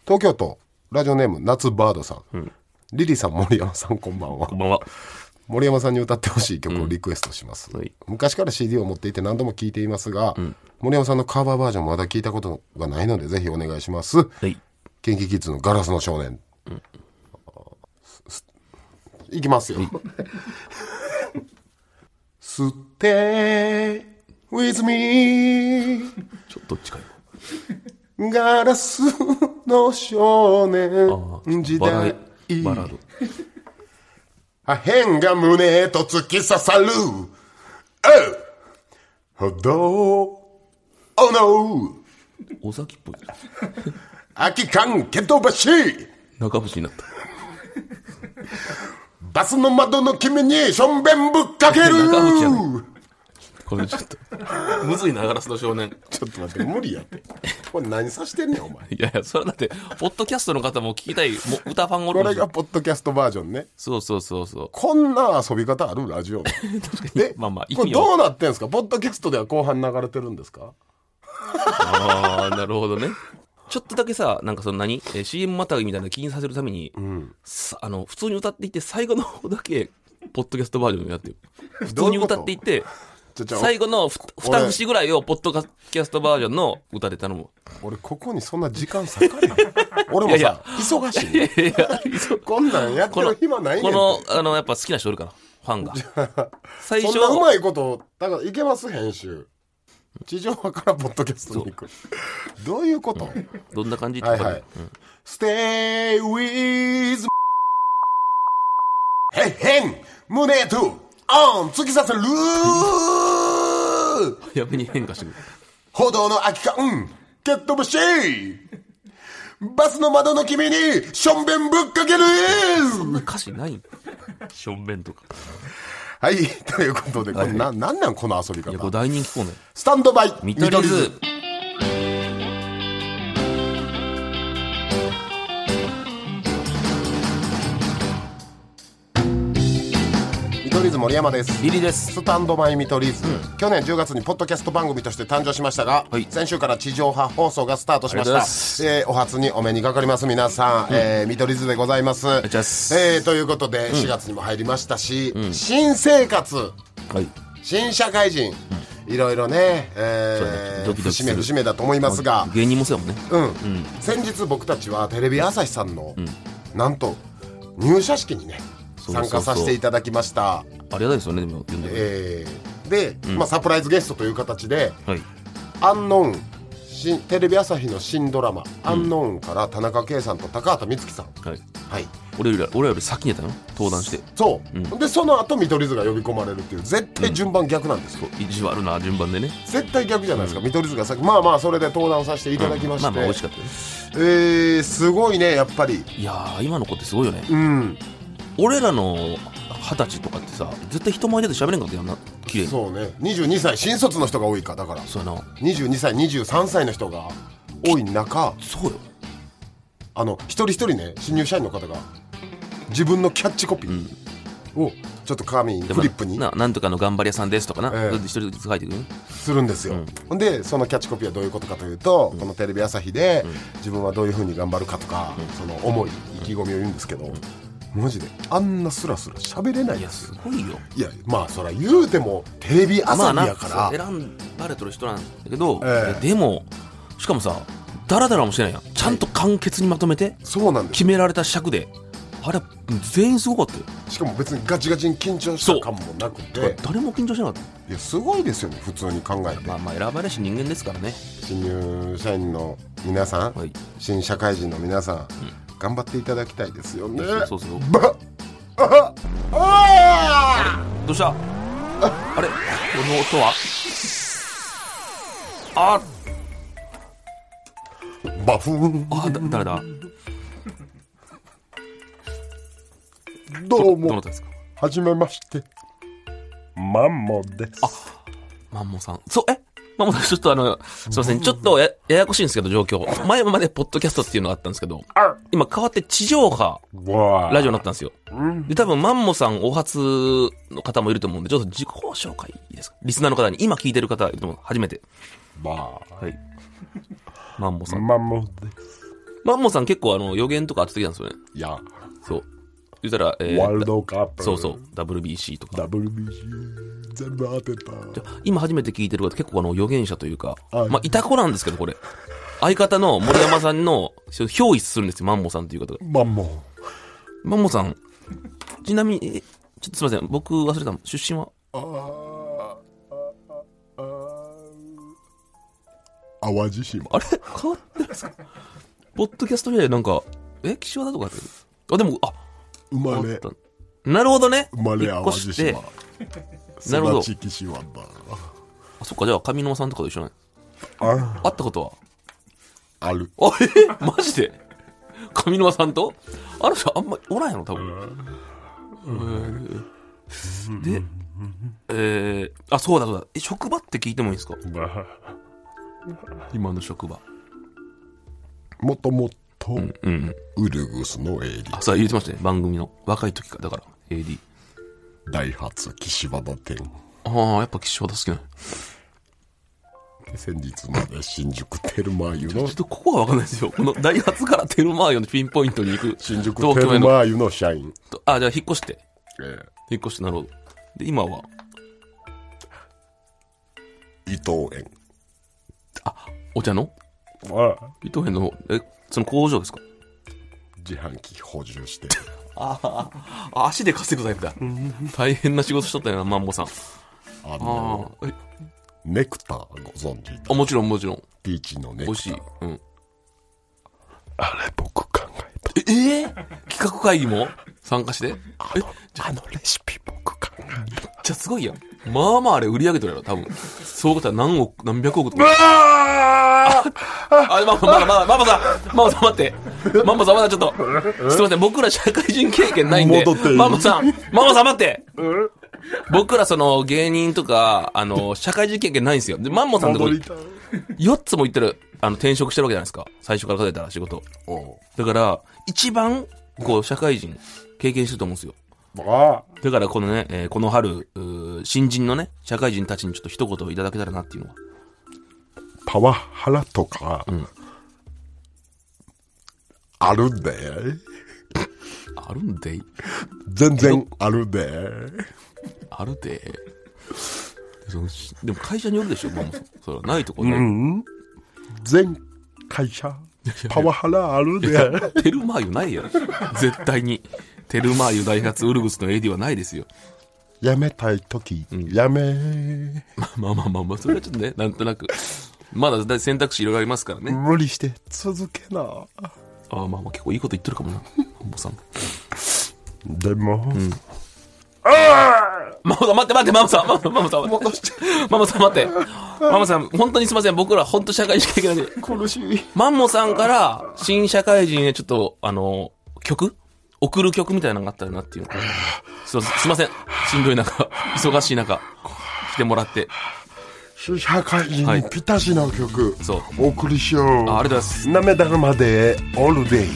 東京都ラジオネーム夏バードさん、リリさん、森山さん、こんばんは。 こんばんは。 森山さんに歌ってほしい曲をリクエストします、昔から CD を持っていて何度も聴いていますが、森山さんのカバーバージョンまだ聞いたことがないのでぜひお願いします。 はい。 キンキキッズのガラスの少年、いきますよ。Stay with me ちょっと近い。 ガラスの少年時代、 バラード。 破片が胸へと突き刺さる歩道 Oh no 尾崎っぽい。 空き缶蹴飛ばし中渕になった。 バスの窓の君にしょんべんぶっかける中渕やね。これちょっとむずいな、ガラスの少年。 ちょっと待って、無理やって。これ何さしてんねんお前。 いやいや、それだってポッドキャストの方も聞きたい歌ファンおる。 これがポッドキャストバージョンね。 そうそうそうそう。 こんな遊び方あるラジオで。 まあまあ、 これどうなってんすか。ポッドキャストでは後半流れてるんですか。 ああ、なるほどね。ちょっとだけさ、なんかそのCM またぎみたいなの気にさせるために、普通に歌っていって最後の方だけポッドキャストバージョンやってる。普通に歌っていって最後の2節ぐらいをポッドキャストバージョンの歌で頼む。 俺ここにそんな時間割かない。俺もさ、 いやいや忙しい。こんなんやってる暇ないねん。 やっぱ好きな人おるから、ファンが。最初そんなうまいことだからいけます。編集地上波からポッドキャストに行く。どういうこと、 どんな感じってはいはい、Stay with me へっへん胸とオン突き刺さるやめに変化してくる。 歩道の空き缶蹴っ飛ばしバスの窓の君にしょんべんぶっかける。 そんな歌詞ないん。しょんべんとか。 はい、ということで、これなんなんこの遊び方。 いや、これ大人気コーナー。 スタンドバイ見取り図。 見取り図森山です。 リリです。 スタンドバイ見取り図、去年10月にポッドキャスト番組として誕生しましたが、先週から地上波放送がスタートしました。お初にお目にかかります皆さん、見取り図でございます。ということで4月にも入りましたし、新生活、新社会人、いろいろね、節目節目だと思いますが、 芸人もそうやもんね。 先日僕たちはテレビ朝日さんの、なんと入社式にね参加させていただきました。 ありがたいですよね。 で、サプライズゲストという形で、アンノーンテレビ朝日の新ドラマ、アンノーンから田中圭さんと高畑充希さん、俺より先にやったの登壇して。 そう、でその後見取り図が呼び込まれるっていう、絶対順番逆なんですよ。 意地悪な順番でね。 絶対逆じゃないですか。見取り図が先、まあそれで登壇させていただきまして、 美味しかったです。 すごいね、やっぱり。 いやー、今の子ってすごいよね。俺らの20歳とかってさ、絶対人前で喋れんかったよな。綺麗。 そうね、22歳新卒の人が多いか。だからそうやな、 22歳23歳の人が多い中、 そうよ、 一人一人ね、新入社員の方が自分のキャッチコピーをちょっと紙フリップになんとかの頑張り屋さんですとかな、一人ずつ書いていくねするんですよ。でそのキャッチコピーはどういうことかというと、このテレビ朝日で自分はどういう風に頑張るかとか、その思い意気込みを言うんですけど、マジであんなスラスラ喋れないです。 いやすごいよ。 いやまあそら言うてもテレビ朝日やから、 選ばれてる人なんだけど、でもしかもさ、ダラダラもしてないやん。ちゃんと簡潔にまとめて、 そうなんです。 決められた尺で、あれ全員すごかったよ。 しかも別にガチガチに緊張した感もなくて、 誰も緊張しなかった。 いやすごいですよね、普通に考えて。 まあ選ばれし人間ですからね。 新入社員の皆さん、新社会人の皆さん、頑張っていただきたいですよね。 そうそう。 あれどうした？あれこの音は？ バフン。 誰だ？ どうも。 どなたですか？ はじめまして。マンモです。 マンモさん。マンモさん、ちょっとすいません。ちょっとややこしいんですけど、状況。前までポッドキャストっていうのがあったんですけど、今変わって地上波ラジオになったんですよ。で、多分マンモさんお初の方もいると思うんで、ちょっと自己紹介いいですか？リスナーの方に、今聞いてる方いると思う。初めて。はい。マンモさん。 マンモです。 マンモさん結構予言とか当ててきたんですよね。 いや。 そう。言ったら、 ワールドカップ。 そうそう。WBC とか。 WBC。全部当てた。 今初めて聞いてる方結構予言者というか、 はいまあ、いた子なんですけど、これ。相方の森山さんの、憑依するんですよ、マンモさんという方が。 マンモ。 マンモさん、ちなみに、ちょっとすいません、僕忘れたの。出身は淡路島。 あれ変わってないですか？ポッドキャストでなんか、岸和田とかやってる？あ、でも、 生まれ。 なるほどね。 生まれ淡路島。 なるほど。 育ち岸和田。 あ、そっか、じゃあ上沼さんとかと一緒なん会ったことはある。 マジで上沼さんとあの人あんまりおらんやろ、多分。で、あ、そうだそうだ。職場って聞いてもいいですか？今の職場。 もともと、ウルグスの AD。 あ、そう言ってましたね。番組の若い時から、だから AD。 ダイハツ岸和田店。 ああ、やっぱ岸和田好きなの。 先日まで新宿テルマーユのちょっとここは分かんないですよ。このダイハツからテルマーユのピンポイントに行く新宿テルマーユの社員。 あ、じゃあ引っ越して、引っ越して、なるほど。で今は伊藤園。 あ、お茶の伊藤園のその工場ですか？ 自販機補充して足で稼ぐタイプだ。大変な仕事しとったよな、マンモさん。 ネクターご存知？ あ、もちろんもちろん。 ピーチのネクター。 美味しい。うん。 あれ僕考えた。 企画会議も参加して？ あのレシピ僕考えた。 めっちゃすごいやん。まあまああれ売り上げとるやろ、多分。そうしたら何百億とか。ママさん待って。ママさんまだちょっと。すいません、僕ら社会人経験ないんで。ママさん待って。僕らその芸人とか、社会人経験ないんですよ。で、マンモさんとこ4つも言ってる、転職してるわけじゃないですか。最初から数えたら仕事。だから、一番、社会人経験してると思うんですよ。だからこのね、この春、新人のね、社会人たちにちょっと一言いただけたらなっていうのは。 パワハラとか、あるんで。 あるんで全然あるで。 あるで。でも会社によるでしょ、ママさん。それはないとこね。 全会社、パワハラあるで。 テルマーユないやろ。絶対に。テルマーユダイハツウルグスの AD はないですよ。 やめたいとき、やめ。 まあ、それはちょっとね、なんとなく。まだ選択肢いろいろありますからね。 無理して続けな。 まあ結構いいこと言ってるかもな、マモさん。 でも、 マモさん待って、マモさん待って。マモさん、本当にすいません。僕ら本当社会人経験なんで。 苦しい。 マンモさんから新社会人へちょっと、送る曲みたいなのがあったらなっていうの。すいません。しんどい中、忙しい中、来てもらって。 新社会人にぴったしの曲、お送りしよう。 ありがとうございます。 なめだるまで、オールデイ。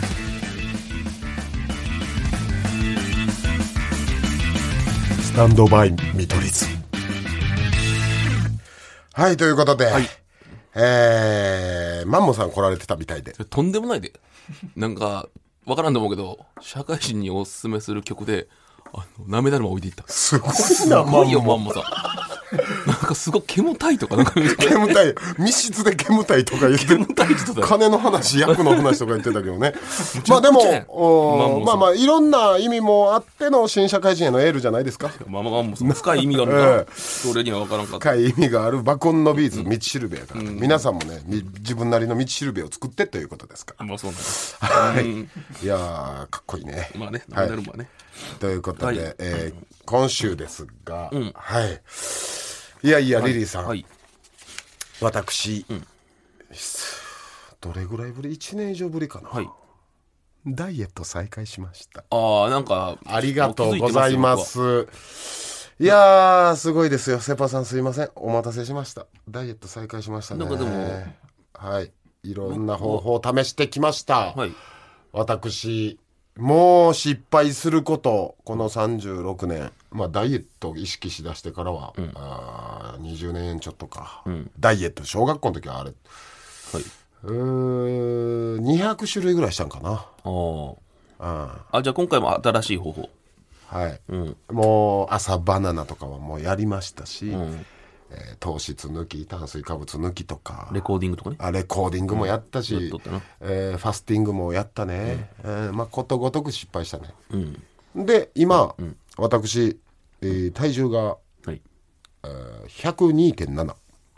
スタンドバイ見取り図。はい、ということで、マンモさん来られてたみたいで。 とんでもないで。なんか、わからんと思うけど、社会人におすすめする曲で、なめだるま置いていった。 すごいな、 マンモさん。なんかすごい煙たいとか、なんか煙たい、密室で煙たいとか言ってる。金の話、役の話とか言ってたけどね。まあでも、まあいろんな意味もあっての新社会人へのエールじゃないですか。 マンモさん、深い意味があるから、俺には分からんかった。深い意味がある爆音のビーズ、道しるべやから。皆さんもね、自分なりの道しるべを作ってということですから。 まあそうなんです。 はい。いやー、かっこいいね。 まあね、なめだるまね。 ということで、今週ですが、はい。いや、リリーさん。私、どれぐらいぶり ?1 年以上ぶりかな。ダイエット再開しました。 なんか、 ありがとうございます。いやー、すごいですよ。セパさんすいません。お待たせしました。ダイエット再開しましたね。なんかでも、はい。いろんな方法を試してきました。私、もう失敗することこの36年、まあダイエットを意識しだしてからは、20年ちょっとか、ダイエット小学校の時はあれ、 200種類ぐらいしたんかな。 じゃあ今回も新しい方法。 はい、もう朝バナナとかはもうやりましたし、糖質抜き炭水化物抜きとかレコーディングとかね。 レコーディングもやったし、ファスティングもやったね、ことごとく失敗したね、で今、私、体重が、102.7、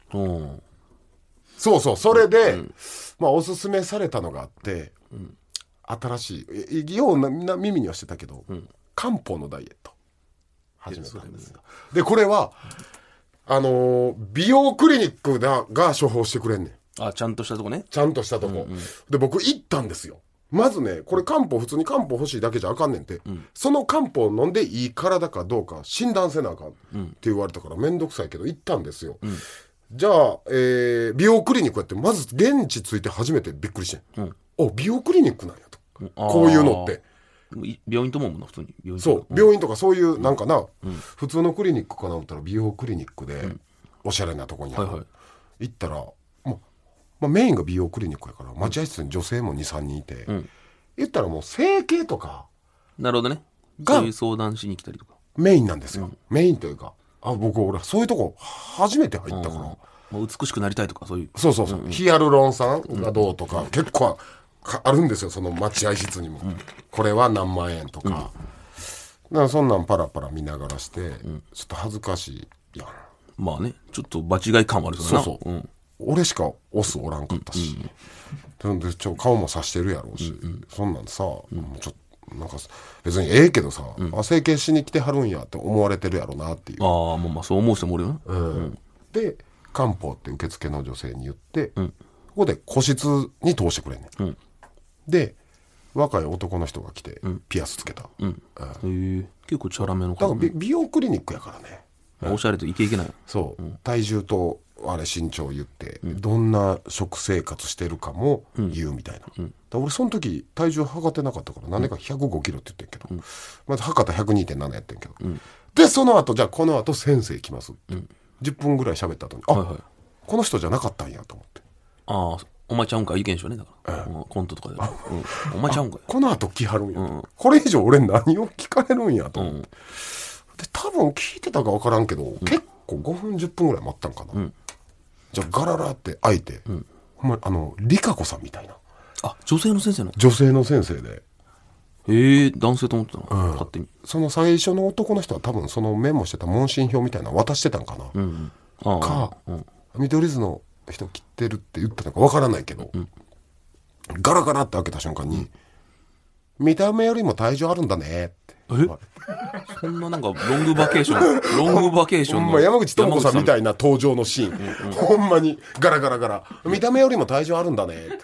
そうそれで、おすすめされたのがあって、新しいようなみんな耳にはしてたけど、漢方のダイエット始めたんですよ。でこれは美容クリニックが処方してくれんねん。 ちゃんとしたとこね。 ちゃんとしたとこ、で僕行ったんですよ。まずね、これ漢方普通に漢方欲しいだけじゃあかんねんて、その漢方飲んでいい体かどうか診断せなあかんって言われたからめんどくさいけど行ったんですよ、じゃあ、美容クリニックやって、まず現地着いて初めてびっくりして、美容クリニックなんやと、こういうのって病院と思うもんな、普通に病院とかそういうなんかな、普通のクリニックかな思ったら美容クリニックで、おしゃれなとこに行ったら、メインが美容クリニックやから待合室に女性も 2,3 人いて、言ったらもう整形とかなるほどね、そういう相談しに来たりとかメインなんですよ、メインというか俺そういうとこ初めて入ったから、 もう美しくなりたいとかそういうそう、ヒアルロン酸がどうとか、結構あるんですよ、その待合室にも、これは何万円とか、だからそんなんパラパラ見ながらして、ちょっと恥ずかしいやん。 まあね、ちょっと場違い感はあるからな。 そう、俺しかオスおらんかったし、顔もさしてるやろうし、そんなんさ、ちょっとなんか別にええけどさ、整形しに来てはるんやって思われてるやろなっていう。 まあそう思う人もおるよな。 で漢方って受付の女性に言って、ここで個室に通してくれんねん。で若い男の人が来て、ピアスつけた、 結構チャラめのだから美容クリニックやからね、 おしゃれといけいけない。 そう、体重と身長言って、どんな食生活してるかも言うみたいな、だ俺その時体重測ってなかったから何でか105キロって言ってんけど、まず測ったら 102.7 やってんけど、でその後じゃあこの後先生来ます、10分ぐらい喋った後にこの人じゃなかったんやと思って、 お前ちゃうんか意見しようね、だから、コントとかで、お前ちゃうんかこの後来はるんや、これ以上俺何を聞かれるんやと思って、で多分聞いてたか分からんけど、結構5分10分ぐらい待ったんかな、じゃあガララって開いて、ほんまリカ子さんみたいな、 女性の先生の女性の先生で、 男性と思ってたの、勝手に。 その最初の男の人は多分そのメモしてた問診票みたいなの渡してたんかな、見取り図の人切ってるって言ったのか分からないけど、ガラガラって開けた瞬間に、見た目よりも体重あるんだねって。 そんななんかロングバケーションの山口智子さんみたいな登場のシーン、ほんまにガラガラガラ、見た目よりも体重あるんだねって。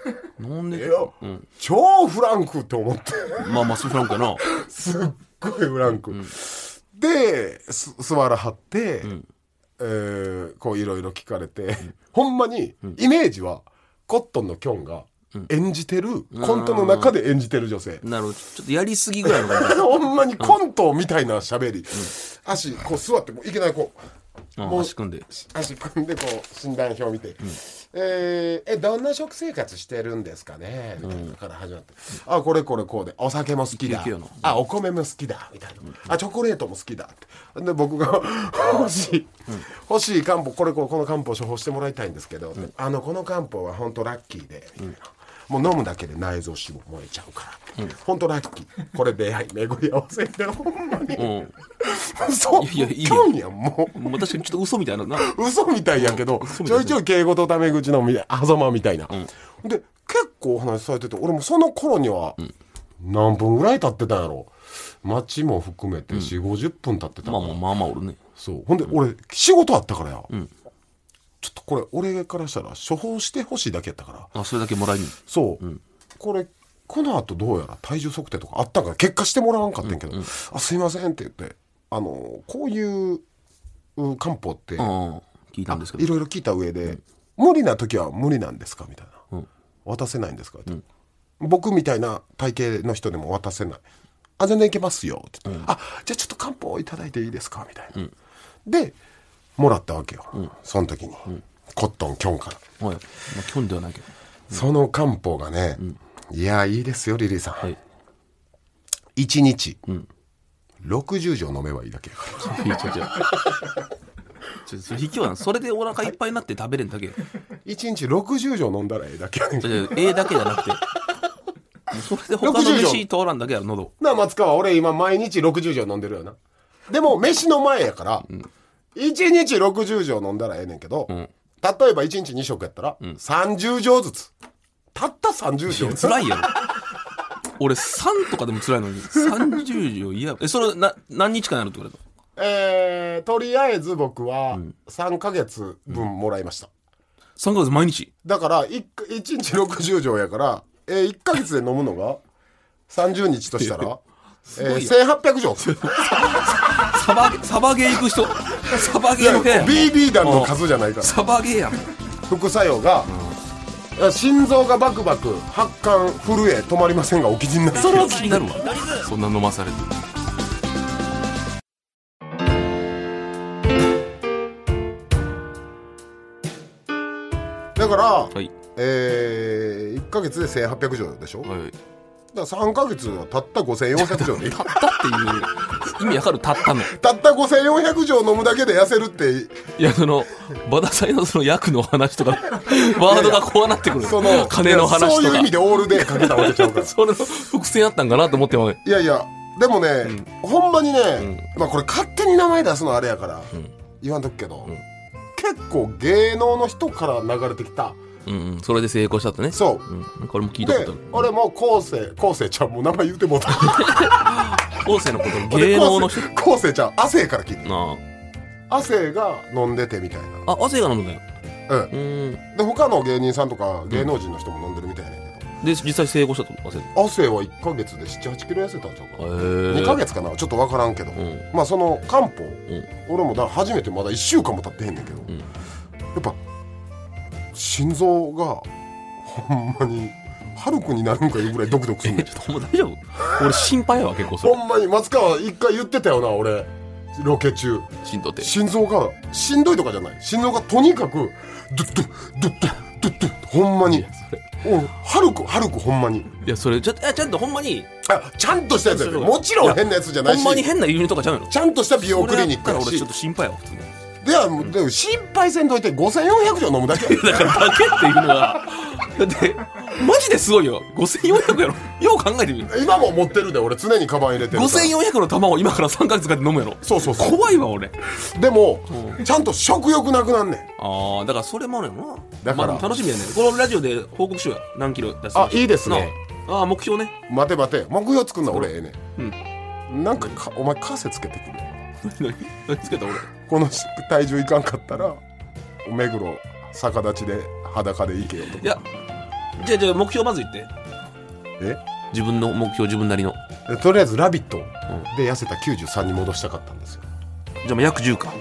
なんで、 超フランクって思って、 まあフランクやなすっごいフランク、で座らはって、こういろいろ聞かれて、ほんまにイメージはコットンのキョンが演じてる、コントの中で演じてる女性、 なるほど、ちょっとやりすぎぐらいの感じほんまにコントみたいな喋り、足こう座ってもいけない、こうもう足組んでこう診断票見て、どんな食生活してるんですかねみたいなから始まって、これこうで、お酒も好きだ、お米も好きだみたいな、チョコレートも好きだって、で僕が欲しい漢方、この漢方処方してもらいたいんですけど、この漢方は本当ラッキーでみたいな、もう飲むだけで内臓脂肪燃えちゃうから、本当ラッキー、これ出会い巡り合わせで、ほんまに、そうキョンやん、もう確かにちょっと嘘みたいな嘘みたいやけど、ちょいちょい敬語とタメ口の狭間みたいな、で結構お話しされてて、俺もその頃には何分ぐらい経ってたんやろ、待ちも含めて4、50分経ってたから、 まあおるね。 そうほんで俺仕事あったからや、ちょっとこれ俺からしたら処方してほしいだけやったから、 それだけもらいに、 そう、この後どうやら体重測定とかあったから結果してもらわんかったんやけど、すいませんって言って、こういう漢方って聞いたんですけど、 いろいろ聞いた上で、無理な時は無理なんですかみたいな、渡せないんですかって、僕みたいな体型の人でも渡せない、全然いけますよって言って、じゃあちょっと漢方いただいていいですかみたいな、でもらったわけよ、その時に、コットンキョンから、 キョンではないけど、 その漢方がね、いやいいですよリリーさん、はい、1日、60錠飲めばいいだけやから。 それ卑怯な。それでお腹いっぱいになって食べれんだけ。 1日60錠飲んだらええだけやねん。 だけじゃなくてそれで他の飯通らんだけやろ喉なあ。松川俺今毎日60錠飲んでるよな。でも飯の前やから、1日60錠飲んだらええねんけど、例えば1日2食やったら、30錠ずつ。たった30錠。 辛いやろ俺3とかでも辛いのに30錠。いやそれ何日間やるって言われた？ とりあえず僕は3ヶ月分もらいました。 3ヶ月毎日だから 1日60錠やから、1ヶ月で飲むのが30日としたら1800錠。 サバゲー行く人、サバゲーの部屋 BB 弾の数じゃないから。 サバゲーやん。 副作用が、心臓がバクバク、発汗、震え止まりませんがお気になる。 それは気になるわ。そんな飲まされてる。 だから、 はい、 1ヶ月で1800錠でしょ、はい、だから3ヶ月はたった5400錠でいい。 たったっていう意味わかる？たったのたった5400錠飲むだけで痩せるって。 いやバダサイのその薬の話とかワードがこうなってくる。 その金の話とかそういう意味でオールでかけたわけちゃうからそれの伏線あったんかなと思ってもね。 いやいやでもね、ほんまにね、まあこれ勝手に名前出すのあれやから、言わんとくけど、結構芸能の人から流れてきた。 それで成功したってね。 そう、 これも聞いたことある。 俺も昴生ちゃんも名前言うてもうた。 昴生のこと芸能の人。 昴生ちゃん亜生から聞いて。亜生が飲んでてみたいな。 亜生が飲んでたよ。 で他の芸人さんとか芸能人の人も飲んでるみたいやねんけど。 で実際成功したと。 亜生は1ヶ月で7、8キロ痩せたんちゃうかな。2ヶ月かなちょっと分からんけど、まあその漢方、俺も初めてまだ1週間も経ってへんねんけど、やっぱ心臓がほんまにハルクになるんかいうぐらいドクドクすんねん。 ちょっともう大丈夫？俺心配やわ結構それ。 ほんまに松川一回言ってたよな俺ロケ中。心臓がしんどいとかじゃない。心臓がとにかくドゥッドゥドゥッドゥドゥッドゥほんまに。ハルクほんまに。 いやそれちゃんとほんまにちゃんとしたやつやで。もちろん変なやつじゃないし。 ほんまに変な輸入とかちゃうの。 ちゃんとした美容クリニックやし。 俺ちょっと心配やわ普通に。 でも心配せんといて5400錠飲むだけや。 だからだけっていうのはだってマジですごいよ。5400やろ。よう考えてみる。 今も持ってるで俺常にカバン入れてる。 5400の玉を今から3ヶ月間で飲むやろ。 そう怖いわ俺。 でもちゃんと食欲なくなんねん。だからそれもあるよな。 だから、 楽しみやね。このラジオで報告しようや。何キロ出すの。 いいですね。 目標ね。 待て目標作んな俺ええねん。なんかお前枷つけてくれ。 何つけた俺。 この体重いかんかったら目黒逆立ちで裸で行けよとか。 いやじゃあ目標まず言って。自分の目標自分なりの。 とりあえずラビットで痩せた93に戻したかったんですよ。 じゃあ約10か。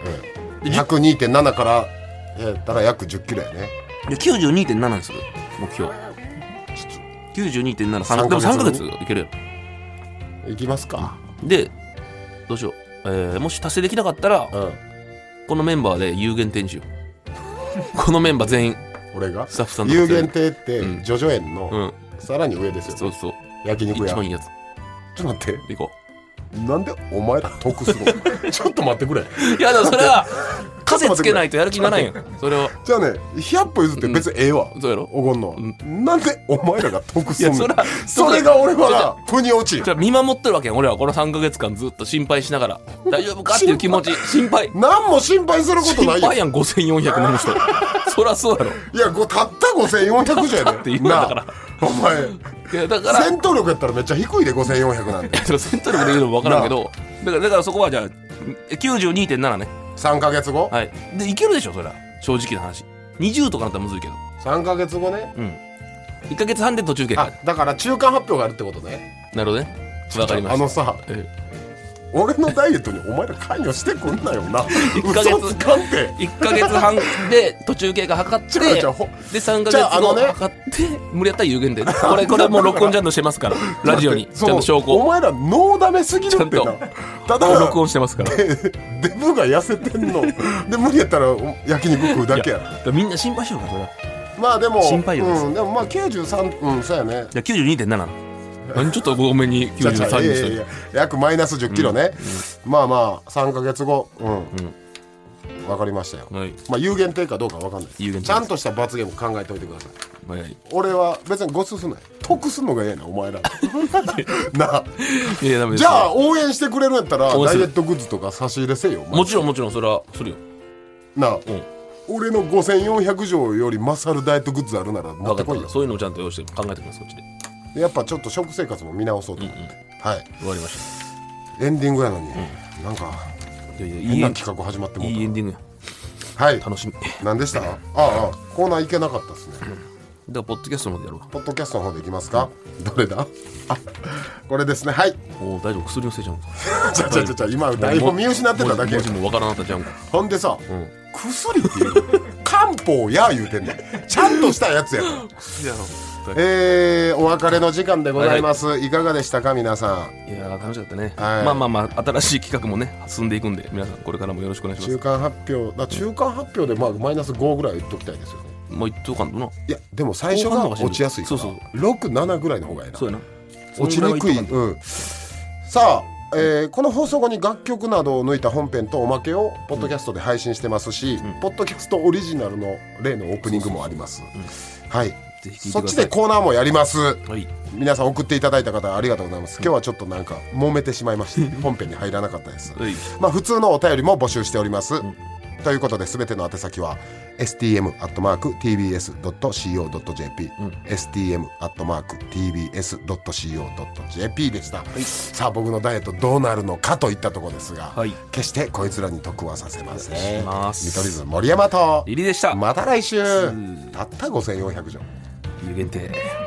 102.7 からやったら約10キロやね。 いや 92.7 にする目標。92.7 でも3ヶ月いけるやろ。いきますか。 でどうしよう。もし達成できなかったら、このメンバーで有限定にしよう。このメンバー全員。 俺がスタッフさん有限定ってジョジョ園のさらに上ですよ。 そう焼肉屋。 一番いいやつ。 ちょっと待って。 行こう。なんでお前ら得するの？ちょっと待ってくれ。 いやでもそれは枷つけないとやる気にならんよ。それはじゃあね100歩譲って別にええわ。 そうやろ。 おごんのなんでお前らが得するの？それが俺は腑に落ち。 じゃあ見守ってるわけやん。俺はこの3ヶ月間ずっと心配しながら大丈夫かっていう気持ち。心配何も心配することないよ。 心配やん。5400飲む人。そりゃそうやろ。 いやたった5400じゃねって言うんだからお前。いやだから戦闘力やったらめっちゃ低いで5400なんて。 戦闘力で言うのも分からんけどだからそこはじゃあ 92.7 ね。 3ヶ月後。 はいでいけるでしょそれは正直な話。20とかなったらむずいけど 3ヶ月後ね。 1ヶ月半で途中経過。 だから中間発表があるってことね。 なるほどね。分かりました。 さ俺のダイエットにお前ら関与してくんなよな。 1ヶ月半で途中経過測ってで3ヶ月後測って無理やったら有限でこれもう録音ちゃんとしてますからラジオにちゃんと証拠。 お前らノーダメすぎるってな。 ただ録音してますからデブが痩せてんので無理やったら焼肉食うだけや。 みんな心配しようかそれは。 まあでも心配よです、 でもまあ93、そうやね。 いや 92.7 なの。何ちょっとごめんに93にしたり約マイナス10キロね、まあまあ3ヶ月後分かりましたよ、まあ有限定かどうか分かんないです。ちゃんとした罰ゲーム考えておいてください。俺は別にごすすない、得すんのがええなお前らなあ。じゃあ応援してくれるんやったらダイエットグッズとか差し入れせよ。 もちろんそれはするよなあ、俺の5400錠より勝るダイエットグッズあるなら持ってこいよ。 そういうのをちゃんと用意して考えてください。こっちでやっぱちょっと食生活も見直そうと思って、はい、 終わりました。 エンディングやのに、なんか変な企画始まってもうた。 いいエンディングや。 はい、 楽しみ。 何でした？コーナー行けなかったですね。 だからポッドキャストの方でやろうか。 ポッドキャストの方でいきますか？どれだ？これですね。はい。 お大丈夫、薬のせいちゃうんか。 じゃ今台本見失ってただけ。 もうわからなかったじゃんか。 ほんでさ、薬っていう漢方や言うてんねん。ちゃんとしたやつやから。薬やろ。お別れの時間でございます、いかがでしたか皆さん。 いや楽しかったね、まあ新しい企画もね進んでいくんで、皆さんこれからもよろしくお願いします。 中間発表でまあマイナス5ぐらい言っときたいですよね。 もう言っとかんとな。 いやでも最初が落ちやすいから、6、7ぐらいの方がいいな。 そうやな、 落ちにくい。さあ、この放送後に楽曲などを抜いた本編とおまけをポッドキャストで配信してますし、ポッドキャストオリジナルの例のオープニングもあります。はい、そっちでコーナーもやります、皆さん送っていただいた方ありがとうございます。今日はちょっとなんか揉めてしまいまして本編に入らなかったです。まあ普通のお便りも募集しております、ということで全ての宛先は stm@tbs.co.jp、stm@tbs.co.jp でした、さあ僕のダイエットどうなるのかといったところですが、決してこいつらに得はさせません。見取り図森山とリリでした。 また来週。たった5400錠有限定。